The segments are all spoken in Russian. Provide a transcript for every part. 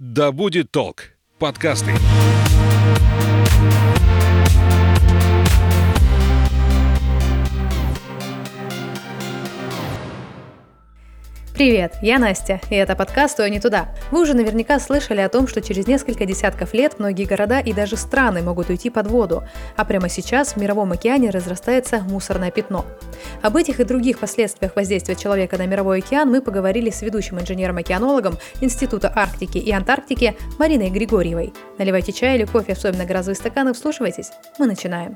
Да будет толк. Подкасты. Привет, я Настя, и это подкаст «Ой, не туда». Вы уже наверняка слышали о том, что через несколько десятков лет многие города и даже страны могут уйти под воду, а прямо сейчас в Мировом океане разрастается мусорное пятно. Об этих и других последствиях воздействия человека на Мировой океан мы поговорили с ведущим инженером-океанологом Института Арктики и Антарктики Мариной Григорьевой. Наливайте чай или кофе в особенно газовые стаканы, вслушивайтесь. Мы начинаем.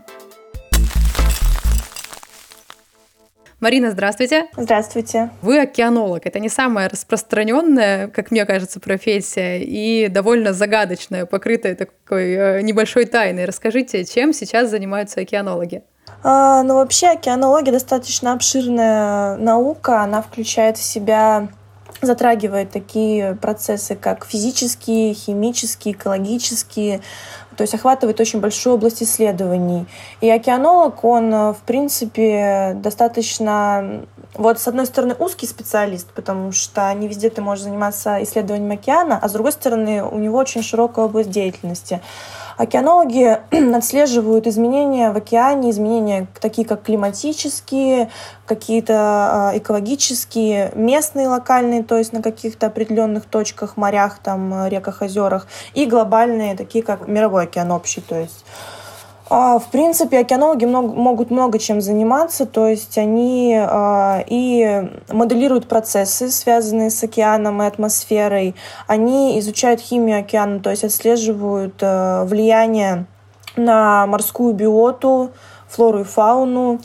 Марина, здравствуйте. Здравствуйте. Вы океанолог. Это не самая распространенная, как мне кажется, профессия и довольно загадочная, покрытая такой небольшой тайной. Расскажите, чем сейчас занимаются океанологи? Вообще океанология достаточно обширная наука. Она включает в себя, затрагивает такие процессы, как физические, химические, экологические, то есть охватывает очень большую область исследований. И океанолог, он, в принципе, достаточно, с одной стороны, узкий специалист, потому что не везде ты можешь заниматься исследованием океана, а с другой стороны, у него очень широкая область деятельности. Океанологи отслеживают изменения в океане, изменения такие, как климатические, какие-то экологические, местные, локальные, то есть на каких-то определенных точках, морях, реках, озерах, и глобальные, такие как мировой океан общий, то есть. В принципе, океанологи могут много чем заниматься, то есть они и моделируют процессы, связанные с океаном и атмосферой, они изучают химию океана, то есть отслеживают влияние на морскую биоту, флору и фауну,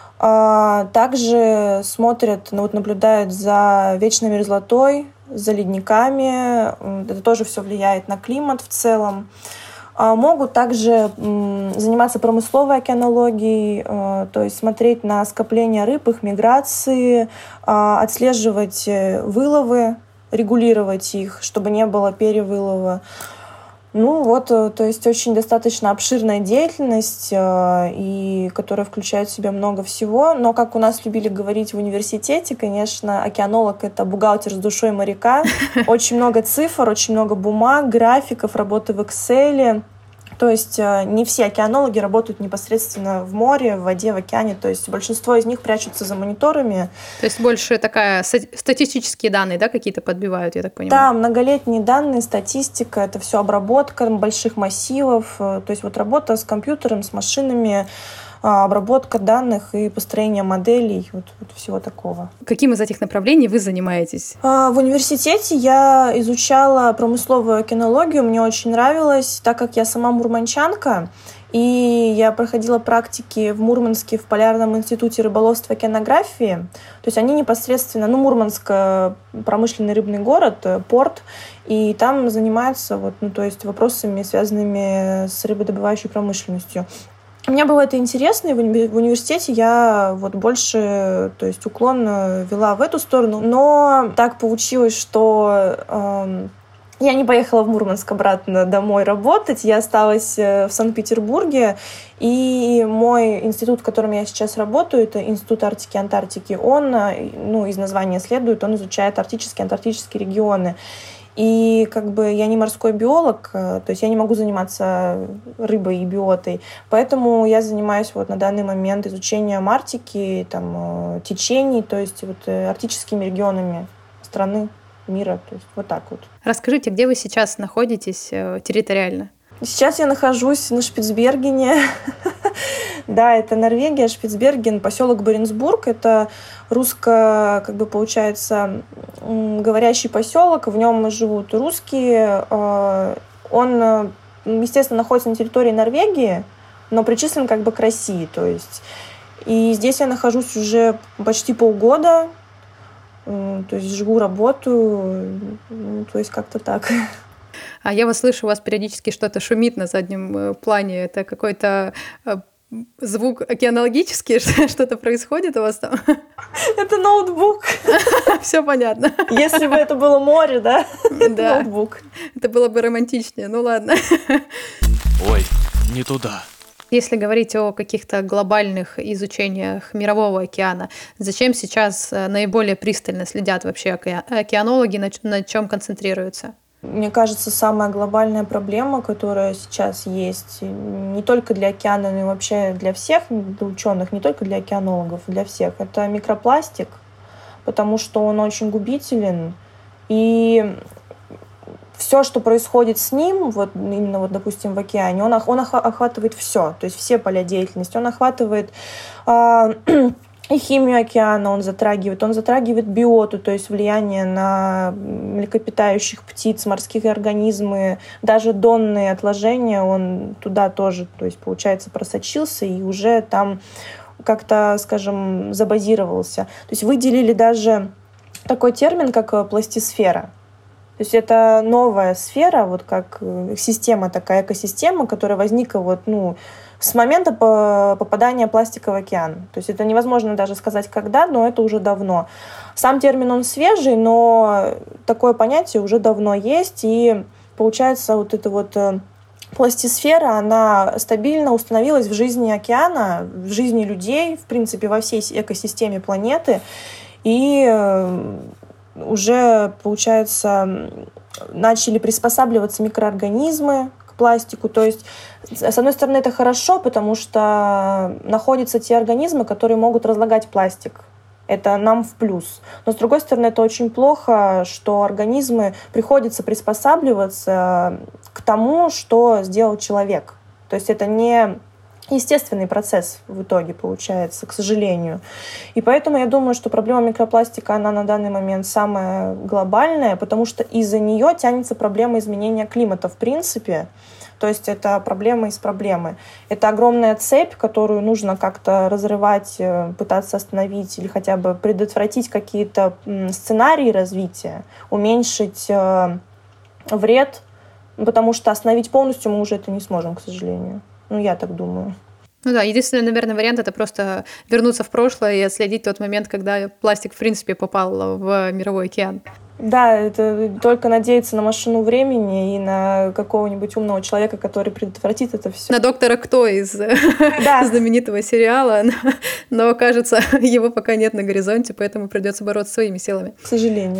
также смотрят, наблюдают за вечной мерзлотой, за ледниками, это тоже все влияет на климат в целом. Могут также заниматься промысловой океанологией, то есть смотреть на скопления рыб, их миграции, отслеживать выловы, регулировать их, чтобы не было перевылова. То есть очень достаточно обширная деятельность, и которая включает в себя много всего. Но, как у нас любили говорить в университете, конечно, океанолог — это бухгалтер с душой моряка. Очень много цифр, очень много бумаг, графиков, работы в Excel. То есть не все океанологи работают непосредственно в море, в воде, в океане. То есть большинство из них прячутся за мониторами. То есть больше такая статистические данные, да, какие-то подбивают, я так понимаю? Да, многолетние данные, статистика, это все обработка больших массивов. То есть работа с компьютером, с машинами, обработка данных и построение моделей, всего такого. Каким из этих направлений вы занимаетесь? В университете я изучала промысловую океанологию, мне очень нравилось, так как я сама мурманчанка, и я проходила практики в Мурманске в Полярном институте рыболовства и океанографии. То есть они непосредственно, Мурманск — промышленный рыбный город, порт, и там занимаются вопросами, связанными с рыбодобывающей промышленностью. Мне было это интересно, и в университете я больше, уклон вела в эту сторону. Но так получилось, что я не поехала в Мурманск обратно домой работать, я осталась в Санкт-Петербурге, и мой институт, в котором я сейчас работаю, это Институт Арктики и Антарктики, он, из названия следует, он изучает арктические и антарктические регионы. И я не морской биолог, то есть я не могу заниматься рыбой и биотой, поэтому я занимаюсь на данный момент изучением Арктики, течений, то есть арктическими регионами страны, мира, то есть так. Расскажите, где вы сейчас находитесь территориально? Сейчас я нахожусь на Шпицбергене. Да, это Норвегия, Шпицберген, поселок Баренцбург. Это получается, говорящий поселок. В нем живут русские. Он, естественно, находится на территории Норвегии, но причислен к России. То есть. И здесь я нахожусь уже почти полгода. То есть живу, работаю. То есть как-то так. А я слышу, у вас периодически что-то шумит на заднем плане. Это какой-то звук океанологический? Что-то происходит у вас там? Это ноутбук. Все понятно. Если бы это было море, да? Это ноутбук. Это было бы романтичнее. Ну ладно. Ой, не туда. Если говорить о каких-то глобальных изучениях Мирового океана, зачем сейчас наиболее пристально следят вообще океанологи, на чем концентрируются? Мне кажется, самая глобальная проблема, которая сейчас есть, не только для океана, но и вообще для всех, для ученых, не только для океанологов, для всех, это микропластик, потому что он очень губителен. И все, что происходит с ним, вот именно, вот, допустим, в океане, он охватывает все, то есть все поля деятельности. Он охватывает и химию океана он затрагивает биоту, то есть влияние на млекопитающих, птиц, морских организмы, даже донные отложения, он туда тоже, то есть, получается, просочился и уже там как-то, скажем, забазировался. То есть выделили даже такой термин, как пластисфера. То есть это новая сфера, вот как система, такая экосистема, которая возникла вот, с момента попадания пластика в океан. То есть это невозможно даже сказать, когда, но это уже давно. Сам термин, он свежий, но такое понятие уже давно есть. И получается, вот эта вот пластисфера, она стабильно установилась в жизни океана, в жизни людей, в принципе, во всей экосистеме планеты. И уже, получается, начали приспосабливаться микроорганизмы к пластику. То есть, с одной стороны, это хорошо, потому что находятся те организмы, которые могут разлагать пластик. Это нам в плюс. Но, с другой стороны, это очень плохо, что организмы приходится приспосабливаться к тому, что сделал человек. То есть это не естественный процесс в итоге получается, к сожалению. И поэтому я думаю, что проблема микропластика, она на данный момент самая глобальная, потому что из-за нее тянется проблема изменения климата в принципе. То есть это проблема из проблемы. Это огромная цепь, которую нужно как-то разрывать, пытаться остановить или хотя бы предотвратить какие-то сценарии развития, уменьшить вред, потому что остановить полностью мы уже это не сможем, к сожалению. Я так думаю. Ну да, единственный, наверное, вариант — это просто вернуться в прошлое и отследить тот момент, когда пластик, в принципе, попал в мировой океан. Да, это только надеяться на машину времени и на какого-нибудь умного человека, который предотвратит это все. На доктора Кто из знаменитого сериала, но, кажется, его пока нет на горизонте, поэтому придется бороться своими силами. К сожалению.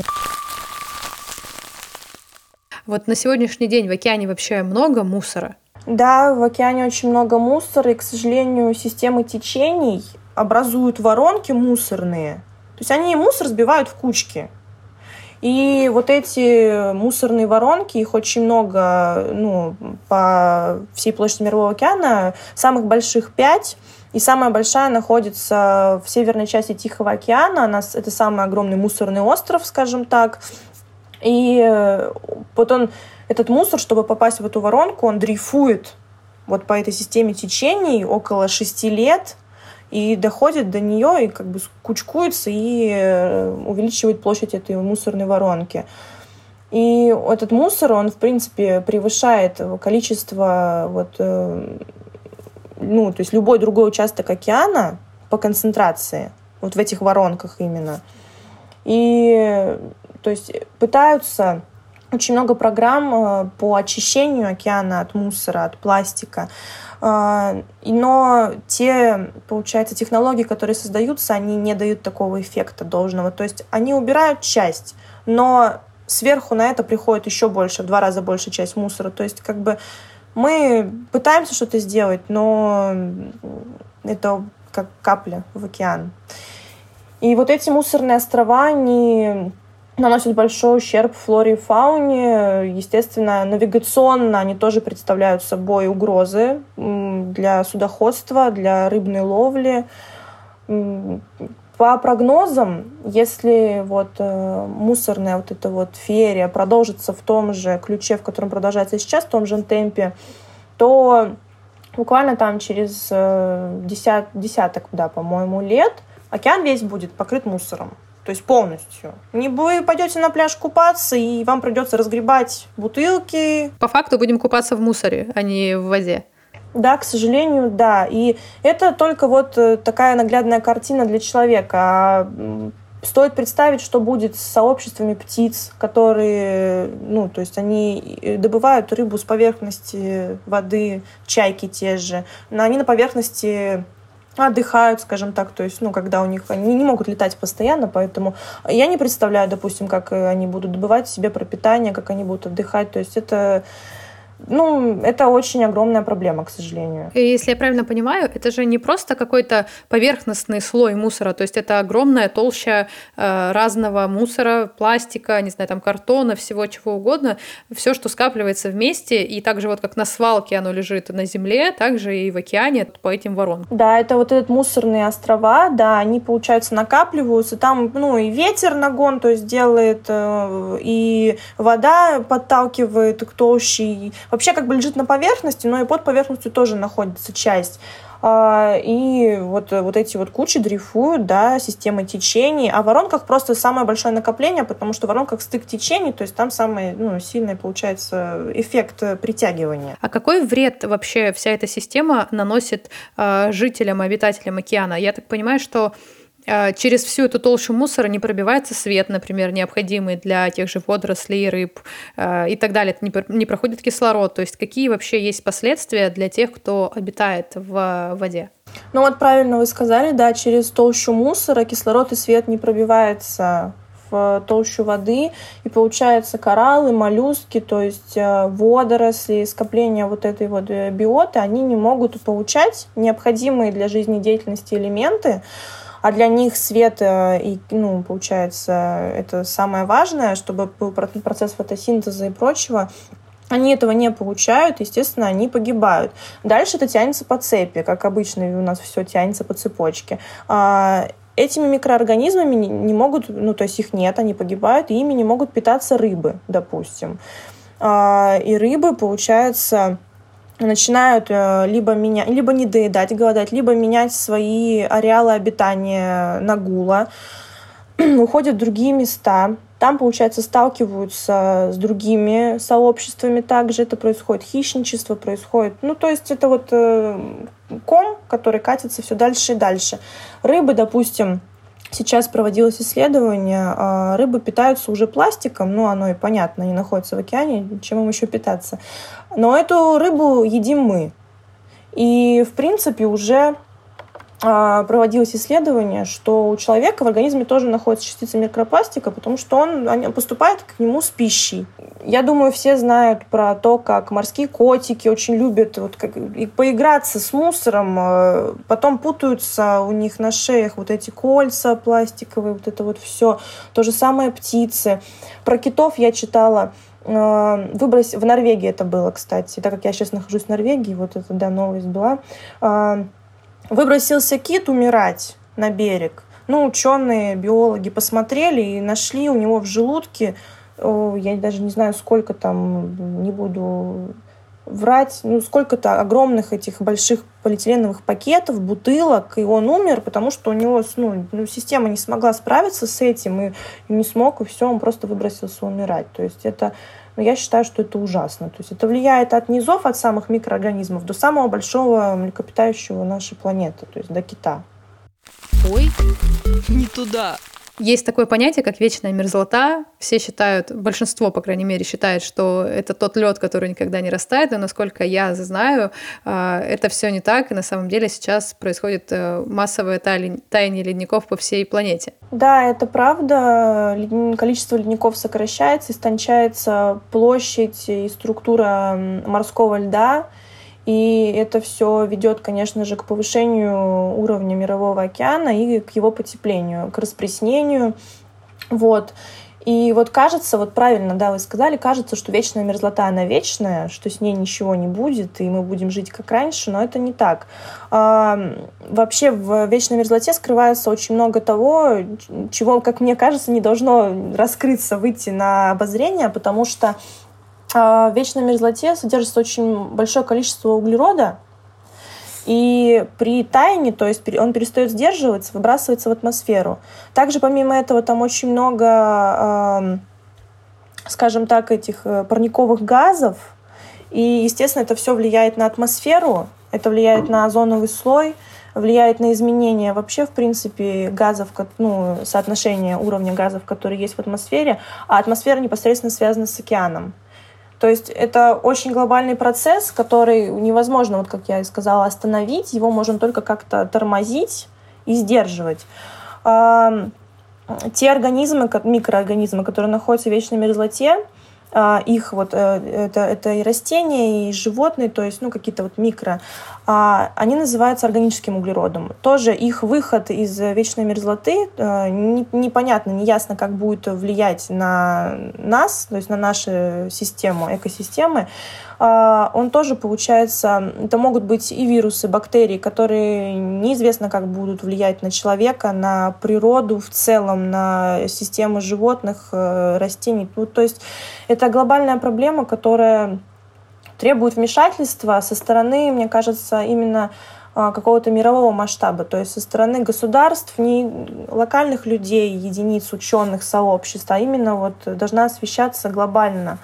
Вот на сегодняшний день в океане вообще много мусора? Да, в океане очень много мусора, и, к сожалению, системы течений образуют воронки мусорные. То есть они мусор сбивают в кучки. И вот эти мусорные воронки, их очень много, по всей площади Мирового океана, самых больших 5, и самая большая находится в северной части Тихого океана, это самый огромный мусорный остров, скажем так. И вот этот мусор, чтобы попасть в эту воронку, он дрейфует вот по этой системе течений около 6 лет и доходит до нее и как бы кучкуется и увеличивает площадь этой мусорной воронки. И этот мусор, он, в принципе, превышает количество, то есть любой другой участок океана по концентрации, вот в этих воронках именно. И, то есть, пытаются... Очень много программ по очищению океана от мусора, от пластика. Но те, получается, технологии, которые создаются, они не дают такого эффекта должного. То есть они убирают часть, но сверху на это приходит еще больше, в 2 раза больше часть мусора. То есть как бы мы пытаемся что-то сделать, но это как капля в океан. И вот эти мусорные острова, они наносят большой ущерб флоре и фауне. Естественно, навигационно они тоже представляют собой угрозы для судоходства, для рыбной ловли. По прогнозам, если мусорная эта феерия продолжится в том же ключе, в котором продолжается сейчас, в том же темпе, то буквально там через десяток, по-моему, лет океан весь будет покрыт мусором. То есть полностью. Вы пойдете на пляж купаться, и вам придется разгребать бутылки. По факту будем купаться в мусоре, а не в воде. Да, к сожалению, да. И это только такая наглядная картина для человека. А стоит представить, что будет с сообществами птиц, которые, то есть они добывают рыбу с поверхности воды, чайки те же. Но они на поверхности отдыхают, скажем так, то есть, когда у них они не могут летать постоянно, поэтому я не представляю, допустим, как они будут добывать себе пропитание, как они будут отдыхать, то есть это очень огромная проблема, к сожалению. И если я правильно понимаю, это же не просто какой-то поверхностный слой мусора, то есть это огромная толща разного мусора, пластика, не знаю, там картона, всего чего угодно, все, что скапливается вместе, и также вот как на свалке оно лежит на земле, также и в океане по этим воронкам. Да, это вот этот мусорные острова, да, они, получается, накапливаются, там, и ветер нагон, то есть делает, и вода подталкивает к толще, вообще как бы лежит на поверхности, но и под поверхностью тоже находится часть. И вот эти вот кучи дрейфуют, да, системы течений. А в воронках просто самое большое накопление, потому что в воронках стык течений, то есть там самый сильный получается эффект притягивания. А какой вред вообще вся эта система наносит жителям, обитателям океана? Я так понимаю, что через всю эту толщу мусора не пробивается свет, например, необходимый для тех же водорослей, рыб и так далее. Это не проходит кислород. То есть какие вообще есть последствия для тех, кто обитает в воде? Правильно вы сказали, да, через толщу мусора кислород и свет не пробивается в толщу воды, и получается кораллы, моллюски, то есть водоросли, скопления вот этой вот биоты, они не могут получать необходимые для жизнедеятельности элементы, а для них свет и, получается, это самое важное, чтобы был процесс фотосинтеза и прочего. Они этого не получают, естественно, они погибают. Дальше это тянется по цепи, как обычно у нас все тянется по цепочке. Этими микроорганизмами не могут, то есть их нет, они погибают, и ими не могут питаться рыбы, допустим. И рыбы, получается, начинают либо недоедать, голодать, либо менять свои ареалы обитания на гуло, уходят в другие места. Там, получается, сталкиваются с другими сообществами также. Это происходит хищничество, происходит... то есть это вот ком, который катится все дальше и дальше. Рыбы, допустим, сейчас проводилось исследование, рыбы питаются уже пластиком, оно и понятно, они находятся в океане, чем им еще питаться. Но эту рыбу едим мы. И, в принципе, уже проводилось исследование, что у человека в организме тоже находятся частицы микропластика, потому что он поступает к нему с пищей. Я думаю, все знают про то, как морские котики очень любят поиграться с мусором, потом путаются у них на шеях вот эти кольца пластиковые, вот это вот все. То же самое птицы. Про китов я читала. В Норвегии это было, кстати. Так как я сейчас нахожусь в Норвегии, вот это, да, новость была. Выбросился кит умирать на берег. Ученые, биологи посмотрели и нашли у него в желудке, я даже не знаю, сколько там, не буду врать, сколько-то огромных этих больших полиэтиленовых пакетов, бутылок, и он умер, потому что у него система не смогла справиться с этим, и не смог, и все, он просто выбросился умирать. То есть это... я считаю, что это ужасно. То есть это влияет от низов, от самых микроорганизмов, до самого большого млекопитающего нашей планеты, то есть до кита. Ой, не туда. Есть такое понятие, как вечная мерзлота. Все считают, большинство, по крайней мере, считает, что это тот лед, который никогда не растает. Но, насколько я знаю, это все не так. И на самом деле сейчас происходит массовое таяние ледников по всей планете. Да, это правда. Количество ледников сокращается, истончается площадь и структура морского льда. И это все ведет, конечно же, к повышению уровня Мирового океана и к его потеплению, к распреснению. И кажется, правильно, да, вы сказали, кажется, что вечная мерзлота, она вечная, что с ней ничего не будет, и мы будем жить как раньше, но это не так. Вообще в вечной мерзлоте скрывается очень много того, чего, как мне кажется, не должно раскрыться, выйти на обозрение, потому что в вечной мерзлоте содержится очень большое количество углерода, и при таянии, то есть он перестает сдерживаться, выбрасывается в атмосферу. Также помимо этого там очень много, скажем так, этих парниковых газов, и, естественно, это все влияет на атмосферу, это влияет на озоновый слой, влияет на изменения вообще, в принципе, газов, соотношение уровня газов, которые есть в атмосфере, а атмосфера непосредственно связана с океаном. То есть это очень глобальный процесс, который невозможно, вот как я и сказала, остановить. Его можно только как-то тормозить и сдерживать. Те организмы, микроорганизмы, которые находятся в вечной мерзлоте, их вот это и растения, и животные, то есть какие-то вот микро, они называются органическим углеродом. Тоже их выход из вечной мерзлоты непонятно, неясно, как будет влиять на нас, то есть на нашу систему, экосистемы. Он тоже, получается, это могут быть и вирусы, бактерии, которые неизвестно, как будут влиять на человека, на природу в целом, на систему животных, растений. То есть это глобальная проблема, которая требует вмешательства со стороны, мне кажется, именно какого-то мирового масштаба, то есть со стороны государств, не локальных людей, единиц, ученых, сообществ, а именно вот должна освещаться глобально.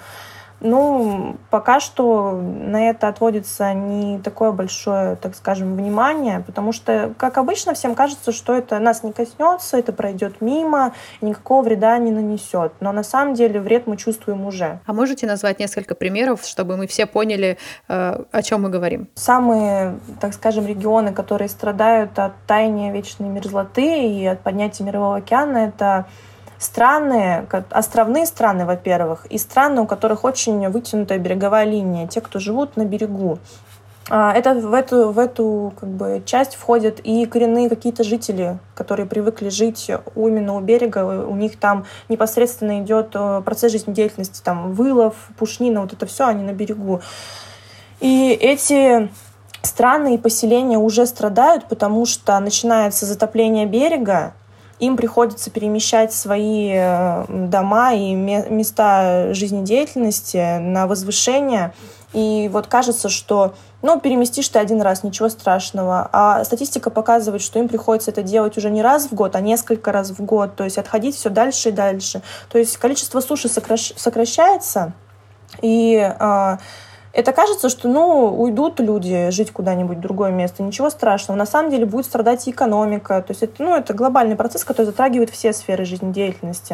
Пока что на это отводится не такое большое, так скажем, внимание, потому что, как обычно, всем кажется, что это нас не коснется, это пройдет мимо, и никакого вреда не нанесет. Но на самом деле вред мы чувствуем уже. А можете назвать несколько примеров, чтобы мы все поняли, о чем мы говорим? Самые, так скажем, регионы, которые страдают от таяния вечной мерзлоты и от поднятия Мирового океана, это страны, островные страны, во-первых, и страны, у которых очень вытянутая береговая линия, те, кто живут на берегу. Это в эту часть входят и коренные какие-то жители, которые привыкли жить именно у берега, у них там непосредственно идет процесс жизнедеятельности, там вылов, пушнина, вот это все, они на берегу. И эти страны и поселения уже страдают, потому что начинается затопление берега, им приходится перемещать свои дома и места жизнедеятельности на возвышение. И вот кажется, что переместишь ты один раз, ничего страшного. А статистика показывает, что им приходится это делать уже не раз в год, а несколько раз в год. То есть отходить все дальше и дальше. То есть количество суши сокращается. И это кажется, что уйдут люди жить куда-нибудь в другое место, ничего страшного. На самом деле будет страдать и экономика. То есть это глобальный процесс, который затрагивает все сферы жизнедеятельности.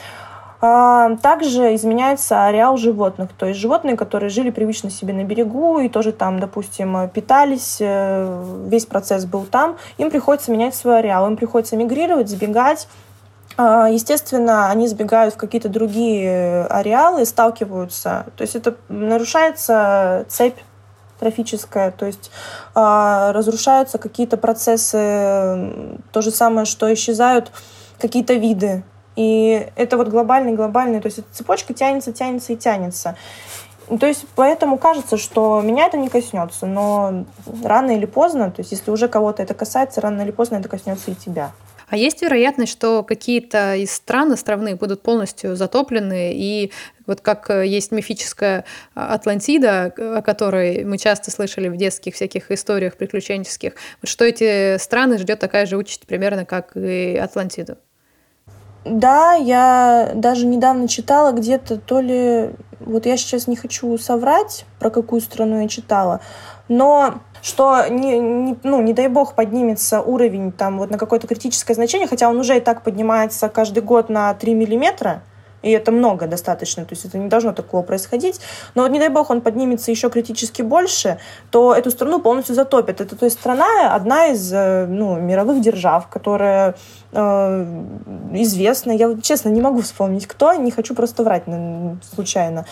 Также изменяется ареал животных. То есть животные, которые жили привычно себе на берегу и тоже там, допустим, питались, весь процесс был там, им приходится менять свой ареал, им приходится мигрировать, сбегать. Естественно, они сбегают в какие-то другие ареалы, сталкиваются. То есть это нарушается цепь трофическая, то есть разрушаются какие-то процессы, то же самое, что исчезают какие-то виды. И это вот глобальный, то есть эта цепочка тянется и тянется. То есть поэтому кажется, что меня это не коснется, но рано или поздно, то есть если уже кого-то это касается, рано или поздно это коснется и тебя. А есть вероятность, что какие-то из стран островных будут полностью затоплены, и вот как есть мифическая Атлантида, о которой мы часто слышали в детских всяких историях приключенческих, что эти страны ждет такая же участь примерно, как и Атлантиду? Да, я даже недавно читала где-то, то ли... Вот я сейчас не хочу соврать, про какую страну я читала, но что, не дай бог, поднимется уровень там вот на какое-то критическое значение, хотя он уже и так поднимается каждый год на 3 миллиметра, и это много достаточно, то есть это не должно такого происходить, но вот не дай бог он поднимется еще критически больше, то эту страну полностью затопит. Это, то есть страна одна из мировых держав, которая известна. Я вот, честно не могу вспомнить, кто, не хочу просто врать случайно.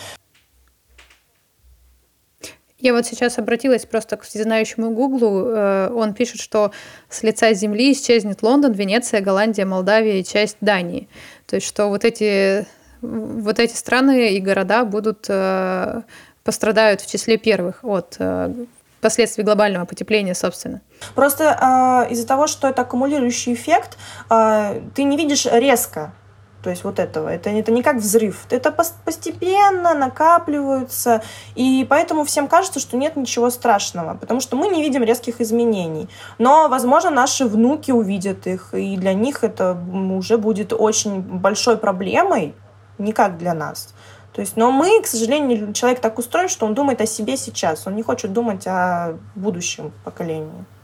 Я вот сейчас обратилась просто к всезнающему Гуглу. Он пишет, что с лица земли исчезнет Лондон, Венеция, Голландия, Молдавия и часть Дании. То есть что вот эти страны и города пострадают в числе первых от последствий глобального потепления, собственно. Просто из-за того, что это аккумулирующий эффект, ты не видишь резко. То есть вот этого. Это не как взрыв. Это постепенно накапливаются. И поэтому всем кажется, что нет ничего страшного. Потому что мы не видим резких изменений. Но, возможно, наши внуки увидят их. И для них это уже будет очень большой проблемой. Не как для нас. То есть, но мы, к сожалению, человек так устроен, что он думает о себе сейчас. Он не хочет думать о будущем поколении.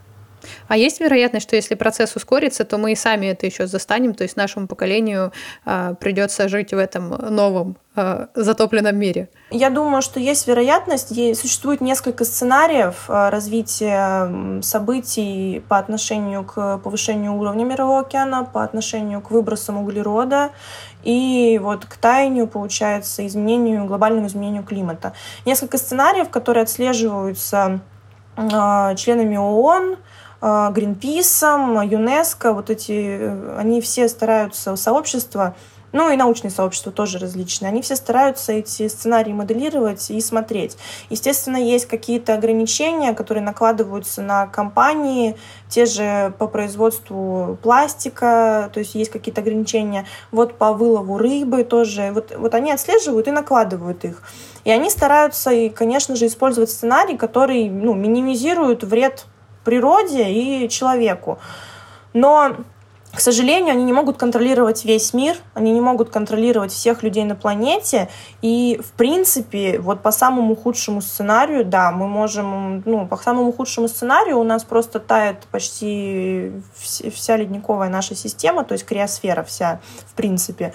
А есть вероятность, что если процесс ускорится, то мы и сами это еще застанем, то есть нашему поколению придется жить в этом новом затопленном мире? Я думаю, что есть вероятность. Существует несколько сценариев развития событий по отношению к повышению уровня Мирового океана, по отношению к выбросам углерода и вот к таянию, получается, глобальному изменению климата. Несколько сценариев, которые отслеживаются членами ООН, Гринписом, ЮНЕСКО, они все стараются, сообщества, и научные сообщества тоже различные, они все стараются эти сценарии моделировать и смотреть. Естественно, есть какие-то ограничения, которые накладываются на компании, те же по производству пластика, то есть есть какие-то ограничения, по вылову рыбы тоже. Вот они отслеживают и накладывают их. И они стараются, конечно же, использовать сценарий, который минимизирует вред природе и человеку. Но, к сожалению, они не могут контролировать весь мир, они не могут контролировать всех людей на планете. И, в принципе, по самому худшему сценарию, да, мы можем... по самому худшему сценарию у нас просто тает почти вся ледниковая наша система, то есть криосфера вся, в принципе.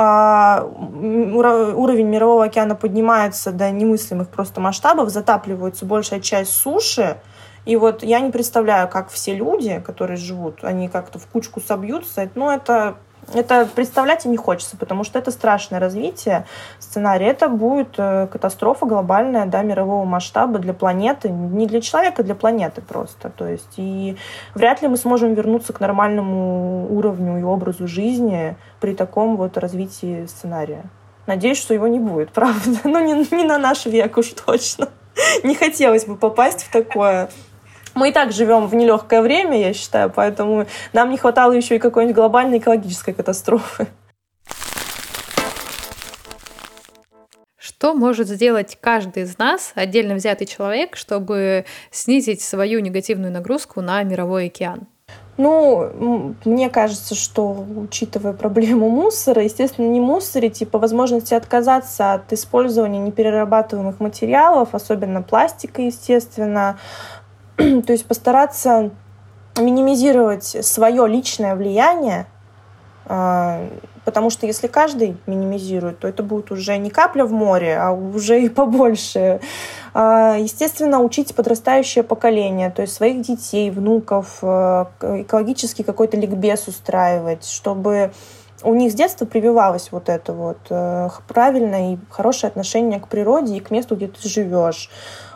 Уровень Мирового океана поднимается до немыслимых просто масштабов, затапливается большая часть суши. И я не представляю, как все люди, которые живут, они как-то в кучку собьются. Это представлять и не хочется, потому что это страшное развитие сценария. Это будет катастрофа глобальная, мирового масштаба для планеты. Не для человека, для планеты просто. То есть, и вряд ли мы сможем вернуться к нормальному уровню и образу жизни при таком развитии сценария. Надеюсь, что его не будет, правда. Не на наш век уж точно. Не хотелось бы попасть в такое. Мы и так живем в нелегкое время, я считаю, поэтому нам не хватало еще и какой-нибудь глобальной экологической катастрофы. Что может сделать каждый из нас, отдельно взятый человек, чтобы снизить свою негативную нагрузку на мировой океан? Мне кажется, что, учитывая проблему мусора, естественно, не мусорить и по возможности отказаться от использования неперерабатываемых материалов, особенно пластика, естественно. То есть постараться минимизировать свое личное влияние, потому что если каждый минимизирует, то это будет уже не капля в море, а уже и побольше. Естественно, учить подрастающее поколение, то есть своих детей, внуков, экологический какой-то ликбез устраивать, чтобы у них с детства прививалось это правильное и хорошее отношение к природе и к месту, где ты живешь.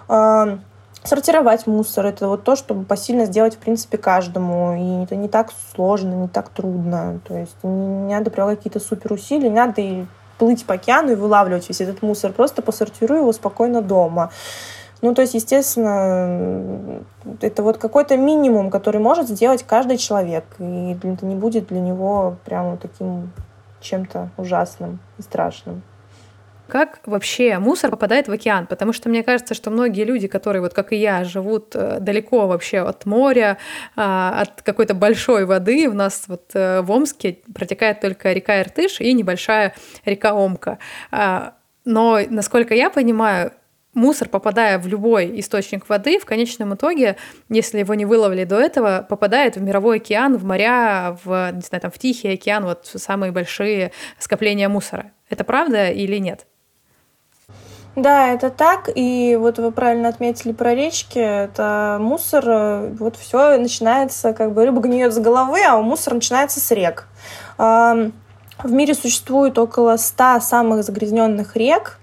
Сортировать мусор — это то, чтобы посильно сделать, в принципе, каждому. И это не так сложно, не так трудно. То есть не надо прилагать какие-то суперусилия, не надо и плыть по океану и вылавливать весь этот мусор. Просто посортируй его спокойно дома. То есть, естественно, это какой-то минимум, который может сделать каждый человек. И это не будет для него прямо таким чем-то ужасным и страшным. Как вообще мусор попадает в океан? Потому что мне кажется, что многие люди, которые, как и я, живут далеко вообще от моря, от какой-то большой воды, у нас в Омске протекает только река Иртыш и небольшая река Омка. Но, насколько я понимаю, мусор, попадая в любой источник воды, в конечном итоге, если его не выловили до этого, попадает в мировой океан, в моря, в Тихий океан, самые большие скопления мусора. Это правда или нет? Да, это так. И вы правильно отметили про речки. Это мусор. Все начинается, рыба гниет с головы, а мусор начинается с рек. В мире существует около 100 самых загрязненных рек,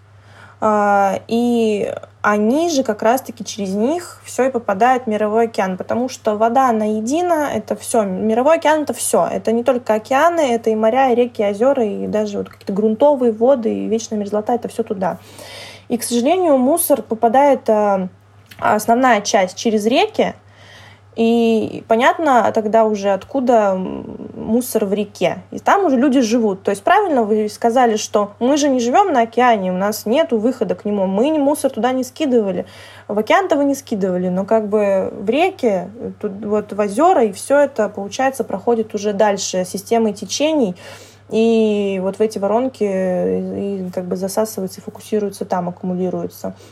и они же как раз-таки через них все и попадает в мировой океан, потому что вода, она едина, это все. Мировой океан — это все. Это не только океаны, это и моря, и реки, и озера, и даже какие-то грунтовые воды, и вечная мерзлота — это все туда. И, к сожалению, мусор попадает, основная часть, через реки, и понятно тогда уже, откуда мусор в реке. И там уже люди живут. То есть правильно вы сказали, что мы же не живем на океане, у нас нет выхода к нему. Мы мусор туда не скидывали. В океан-то вы не скидывали, но в реке, в озера, и все это, получается, проходит уже дальше системой течений. И в эти воронки и засасывается, и фокусируется там, аккумулируется.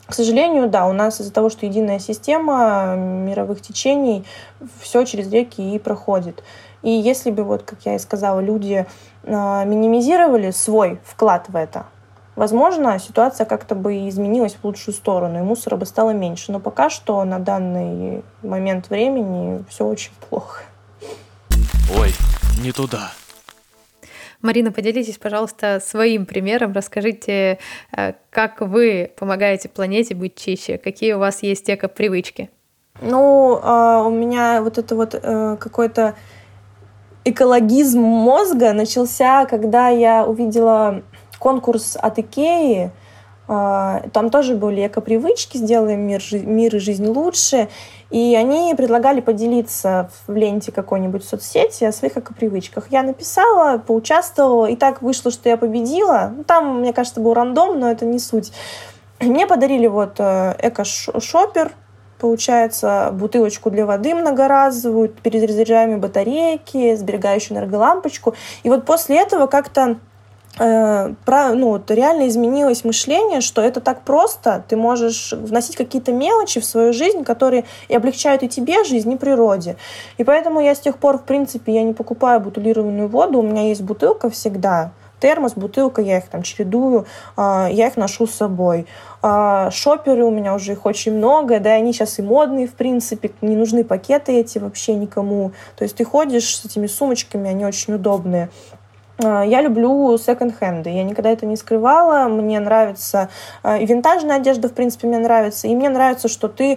К сожалению, да, у нас из-за того, что единая система мировых течений, все через реки и проходит. И если бы, вот, как я и сказала, люди минимизировали свой вклад в это, возможно, ситуация как-то бы изменилась в лучшую сторону, и мусора бы стало меньше. Но пока что на данный момент времени все очень плохо. Ой, не туда. Марина, поделитесь, пожалуйста, своим примером. Расскажите, как вы помогаете планете быть чище, какие у вас есть эко-привычки? Ну, у меня вот это вот какой-то экологизм мозга начался, когда я увидела конкурс от Икеи. Там тоже были эко-привычки, сделаем мир и жизнь лучше. И они предлагали поделиться в ленте какой-нибудь соцсети о своих эко-привычках. Я написала, поучаствовала, и так вышло, что я победила. Там, мне кажется, был рандом, но это не суть. Мне подарили вот эко-шопер, получается, бутылочку для воды многоразовую, перезаряжаемые батарейки, сберегающую энерголампочку. И вот после этого как-то реально изменилось мышление, что это так просто, ты можешь вносить какие-то мелочи в свою жизнь, которые и облегчают и тебе жизнь, и природе. И поэтому я с тех пор, в принципе, я не покупаю бутилированную воду, у меня есть бутылка всегда, термос, бутылка, я их там чередую, я их ношу с собой. Шоперы у меня уже их очень много, да, они сейчас и модные, в принципе, не нужны пакеты эти вообще никому. То есть ты ходишь с этими сумочками, они очень удобные. Я люблю секонд-хенды, я никогда это не скрывала, мне нравится и винтажная одежда, в принципе, мне нравится, и мне нравится, что ты,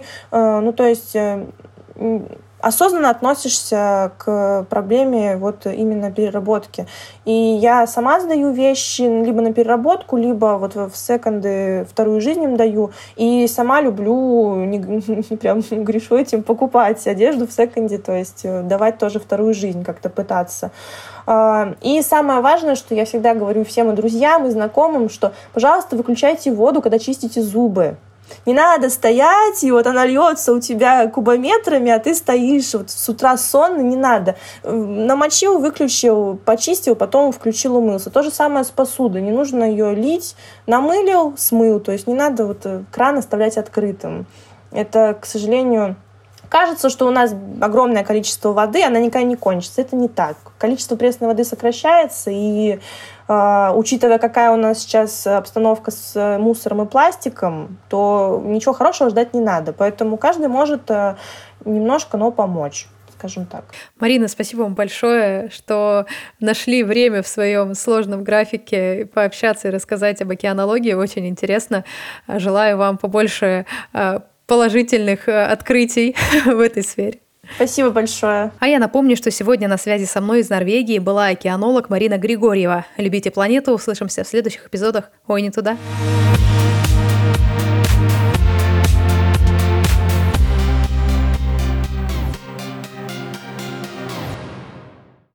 осознанно относишься к проблеме вот именно переработки. И я сама сдаю вещи либо на переработку, либо вот в секонды вторую жизнь им даю. И сама люблю, не прям грешу этим, покупать одежду в секонде, то есть давать тоже вторую жизнь, как-то пытаться. И самое важное, что я всегда говорю всем и друзьям, и знакомым, что, пожалуйста, выключайте воду, когда чистите зубы. Не надо стоять, и вот она льется у тебя кубометрами, а ты стоишь вот с утра сонный, не надо. Намочил, выключил, почистил, потом включил, умылся. То же самое с посудой. Не нужно ее лить, намылил, смыл. То есть не надо вот кран оставлять открытым. Это, к сожалению... Кажется, что у нас огромное количество воды, она никогда не кончится. Это не так. Количество пресной воды сокращается, и учитывая, какая у нас сейчас обстановка с мусором и пластиком, то ничего хорошего ждать не надо. Поэтому каждый может немножко, но помочь, скажем так. Марина, спасибо вам большое, что нашли время в своем сложном графике пообщаться и рассказать об океанологии. Очень интересно. Желаю вам побольше положительных открытий в этой сфере. Спасибо большое. А я напомню, что сегодня на связи со мной из Норвегии была океанолог Марина Григорьева. Любите планету, услышимся в следующих эпизодах «Ой, не туда».